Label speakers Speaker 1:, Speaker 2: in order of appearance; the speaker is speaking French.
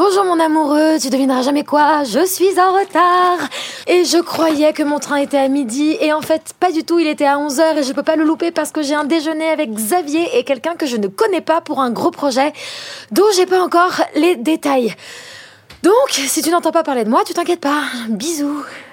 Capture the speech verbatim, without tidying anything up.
Speaker 1: Bonjour mon amoureux, tu devineras jamais quoi, je suis en retard. Et je croyais que mon train était à midi, et en fait pas du tout, il était à onze heures et je peux pas le louper parce que j'ai un déjeuner avec Xavier et quelqu'un que je ne connais pas pour un gros projet dont j'ai pas encore les détails. Donc, si tu n'entends pas parler de moi, tu t'inquiètes pas. Bisous.